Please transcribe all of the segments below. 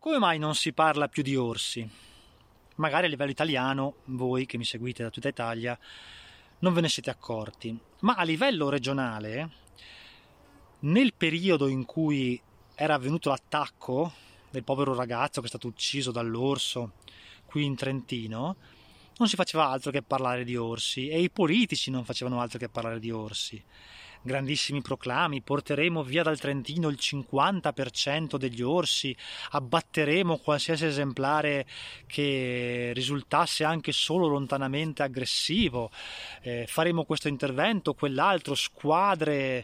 Come mai non si parla più di orsi? Magari a livello italiano, voi che mi seguite da tutta Italia, non ve ne siete accorti, ma a livello regionale, nel periodo in cui era avvenuto l'attacco del povero ragazzo che è stato ucciso dall'orso qui in Trentino, non si faceva altro che parlare di orsi e i politici non facevano altro che parlare di orsi. Grandissimi proclami: porteremo via dal Trentino il 50% degli orsi, abbatteremo qualsiasi esemplare che risultasse anche solo lontanamente aggressivo, faremo questo intervento, quell'altro, squadre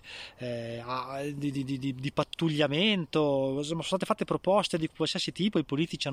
di pattugliamento. Sono state fatte proposte di qualsiasi tipo, i politici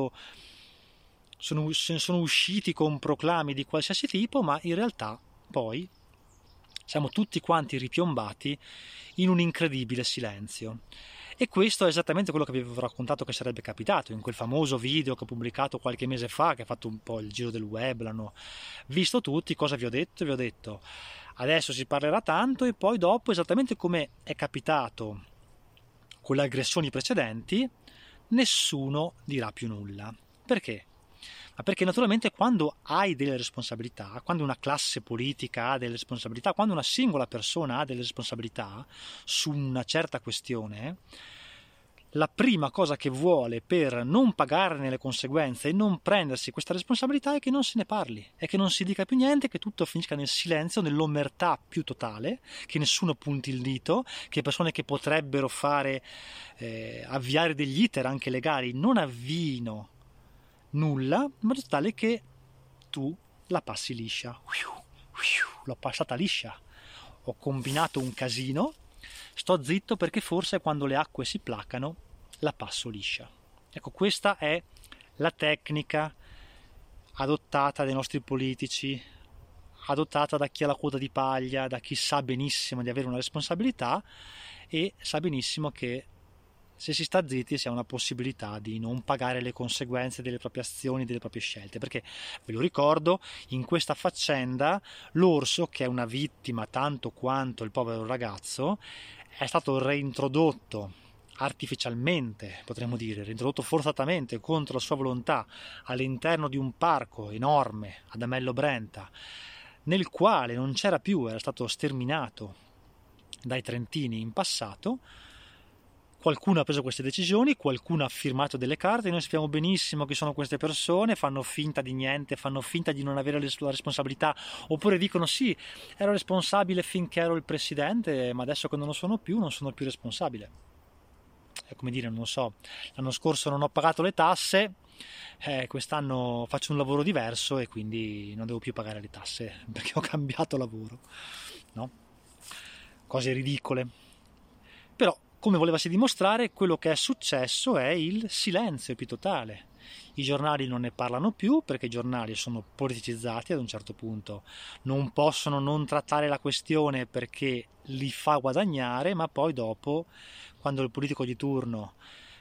sono usciti con proclami di qualsiasi tipo, ma in realtà poi siamo tutti quanti ripiombati in un incredibile silenzio. E questo è esattamente quello che vi avevo raccontato che sarebbe capitato in quel famoso video che ho pubblicato qualche mese fa, che ha fatto un po' il giro del web, l'hanno visto tutti. Cosa vi ho detto? Vi ho detto: adesso si parlerà tanto e poi dopo, esattamente come è capitato con le aggressioni precedenti, nessuno dirà più nulla. Perché? Ma perché naturalmente quando hai delle responsabilità, quando una classe politica ha delle responsabilità, quando una singola persona ha delle responsabilità su una certa questione, la prima cosa che vuole per non pagarne le conseguenze e non prendersi questa responsabilità è che non se ne parli, è che non si dica più niente, che tutto finisca nel silenzio, nell'omertà più totale, che nessuno punti il dito, che persone che potrebbero avviare degli iter anche legali non avviino nulla, in modo tale che tu la passi liscia. L'ho passata liscia, ho combinato un casino, sto zitto perché forse quando le acque si placano la passo liscia. Ecco, questa è la tecnica adottata dai nostri politici, adottata da chi ha la quota di paglia, da chi sa benissimo di avere una responsabilità e sa benissimo che se si sta zitti si ha una possibilità di non pagare le conseguenze delle proprie azioni, delle proprie scelte, perché ve lo ricordo, in questa faccenda l'orso, che è una vittima tanto quanto il povero ragazzo, è stato reintrodotto artificialmente, potremmo dire, reintrodotto forzatamente contro la sua volontà all'interno di un parco enorme ad Amello Brenta, nel quale non c'era più, era stato sterminato dai trentini in passato. Qualcuno ha preso queste decisioni, qualcuno ha firmato delle carte, noi sappiamo benissimo chi sono queste persone, fanno finta di niente, fanno finta di non avere la responsabilità, oppure dicono sì, ero responsabile finché ero il presidente, ma adesso che non lo sono più, non sono più responsabile. È come dire, non so, l'anno scorso non ho pagato le tasse, quest'anno faccio un lavoro diverso e quindi non devo più pagare le tasse perché ho cambiato lavoro, no? Cose ridicole. Però, come volevasi dimostrare, quello che è successo è il silenzio più totale. I giornali non ne parlano più perché i giornali sono politicizzati ad un certo punto, non possono non trattare la questione perché li fa guadagnare, ma poi dopo, quando il politico di turno,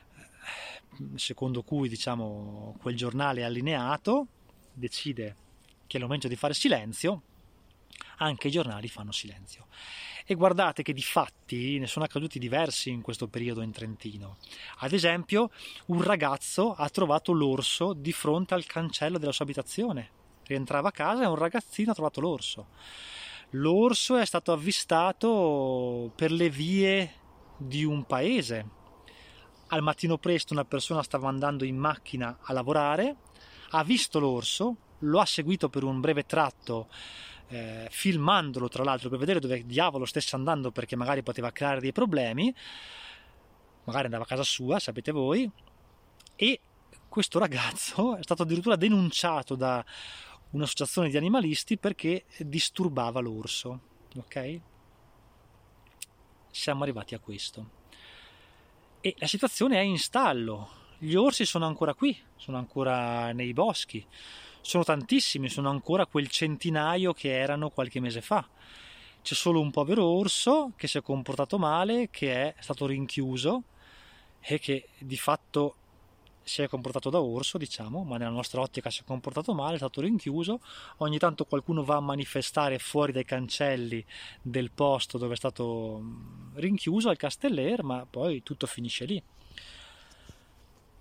secondo cui diciamo quel giornale è allineato, decide che è il momento di fare silenzio, anche i giornali fanno silenzio. E guardate che di fatti ne sono accaduti diversi in questo periodo in Trentino. Ad esempio, un ragazzo ha trovato l'orso di fronte al cancello della sua abitazione. Rientrava a casa e un ragazzino ha trovato l'orso. L'orso è stato avvistato per le vie di un paese. Al mattino presto una persona stava andando in macchina a lavorare, ha visto l'orso, lo ha seguito per un breve tratto, filmandolo tra l'altro per vedere dove diavolo stesse andando, perché magari poteva creare dei problemi, magari andava a casa sua, sapete voi, e questo ragazzo è stato addirittura denunciato da un'associazione di animalisti perché disturbava l'orso. Ok? Siamo arrivati a questo e la situazione è in stallo. Gli orsi sono ancora qui, sono ancora nei boschi, sono tantissimi, sono ancora quel centinaio che erano qualche mese fa. C'è solo un povero orso che si è comportato male, che è stato rinchiuso e che di fatto si è comportato da orso, diciamo, ma nella nostra ottica si è comportato male, è stato rinchiuso. Ogni tanto qualcuno va a manifestare fuori dai cancelli del posto dove è stato rinchiuso al Casteller, ma poi tutto finisce lì.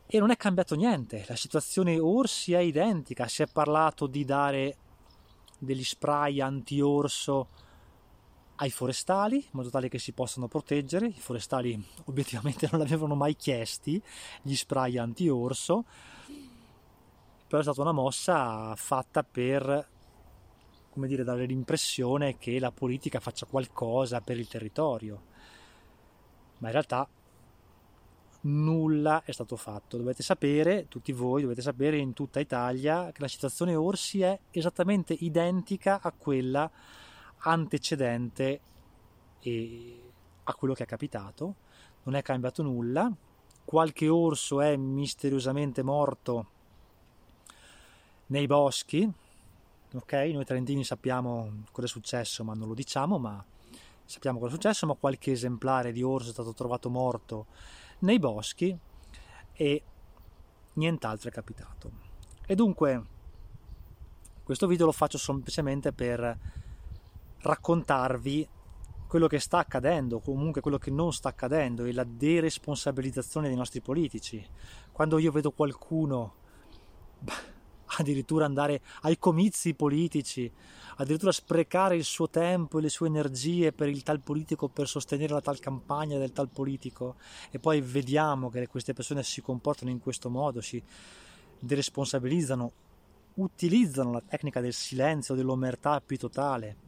E non è cambiato niente, la situazione orsi è identica, si è parlato di dare degli spray anti-orso ai forestali, in modo tale che si possano proteggere. I forestali obiettivamente non l'avevano mai chiesti, gli spray anti-orso, però è stata una mossa fatta per, come dire, dare l'impressione che la politica faccia qualcosa per il territorio, ma in realtà nulla è stato fatto. Dovete sapere, tutti voi dovete sapere in tutta Italia, che la situazione orsi è esattamente identica a quella antecedente e a quello che è capitato. Non è cambiato nulla. Qualche orso è misteriosamente morto nei boschi, ok? Noi trentini sappiamo cosa è successo, ma non lo diciamo, ma sappiamo cosa è successo, ma qualche esemplare di orso è stato trovato morto nei boschi e nient'altro è capitato. E dunque questo video lo faccio semplicemente per raccontarvi quello che sta accadendo, comunque quello che non sta accadendo, e la deresponsabilizzazione dei nostri politici. Quando io vedo qualcuno addirittura andare ai comizi politici, addirittura sprecare il suo tempo e le sue energie per il tal politico, per sostenere la tal campagna del tal politico, e poi vediamo che queste persone si comportano in questo modo, si deresponsabilizzano, utilizzano la tecnica del silenzio, dell'omertà più totale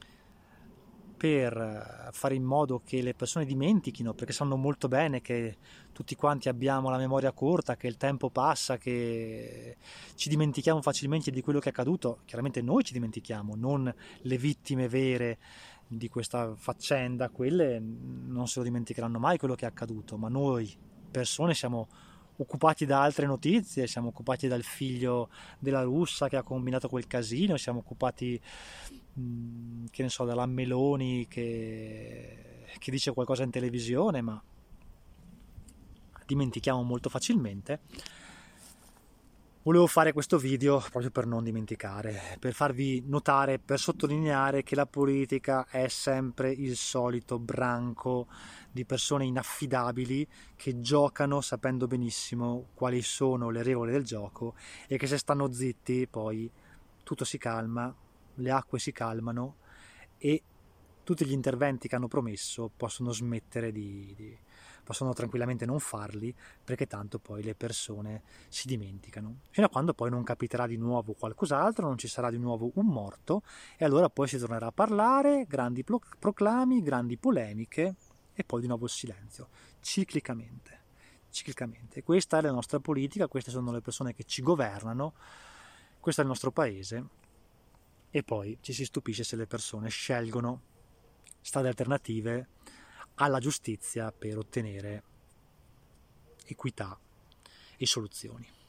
per fare in modo che le persone dimentichino, perché sanno molto bene che tutti quanti abbiamo la memoria corta, che il tempo passa, che ci dimentichiamo facilmente di quello che è accaduto. Chiaramente noi ci dimentichiamo, non le vittime vere di questa faccenda, quelle non se lo dimenticheranno mai quello che è accaduto, ma noi persone siamo occupati da altre notizie, siamo occupati dal figlio della russa che ha combinato quel casino, siamo occupati, che ne so, dalla Meloni che dice qualcosa in televisione, ma dimentichiamo molto facilmente. Volevo fare questo video proprio per non dimenticare, per farvi notare, per sottolineare che la politica è sempre il solito branco di persone inaffidabili che giocano sapendo benissimo quali sono le regole del gioco e che se stanno zitti poi tutto si calma, le acque si calmano e tutti gli interventi che hanno promesso possono smettere possono tranquillamente non farli, perché tanto poi le persone si dimenticano, fino a quando poi non capiterà di nuovo qualcos'altro, non ci sarà di nuovo un morto, e allora poi si tornerà a parlare, grandi proclami, grandi polemiche, e poi di nuovo il silenzio, ciclicamente. Questa è la nostra politica, queste sono le persone che ci governano, questo è il nostro paese, e poi ci si stupisce se le persone scelgono strade alternative alla giustizia per ottenere equità e soluzioni.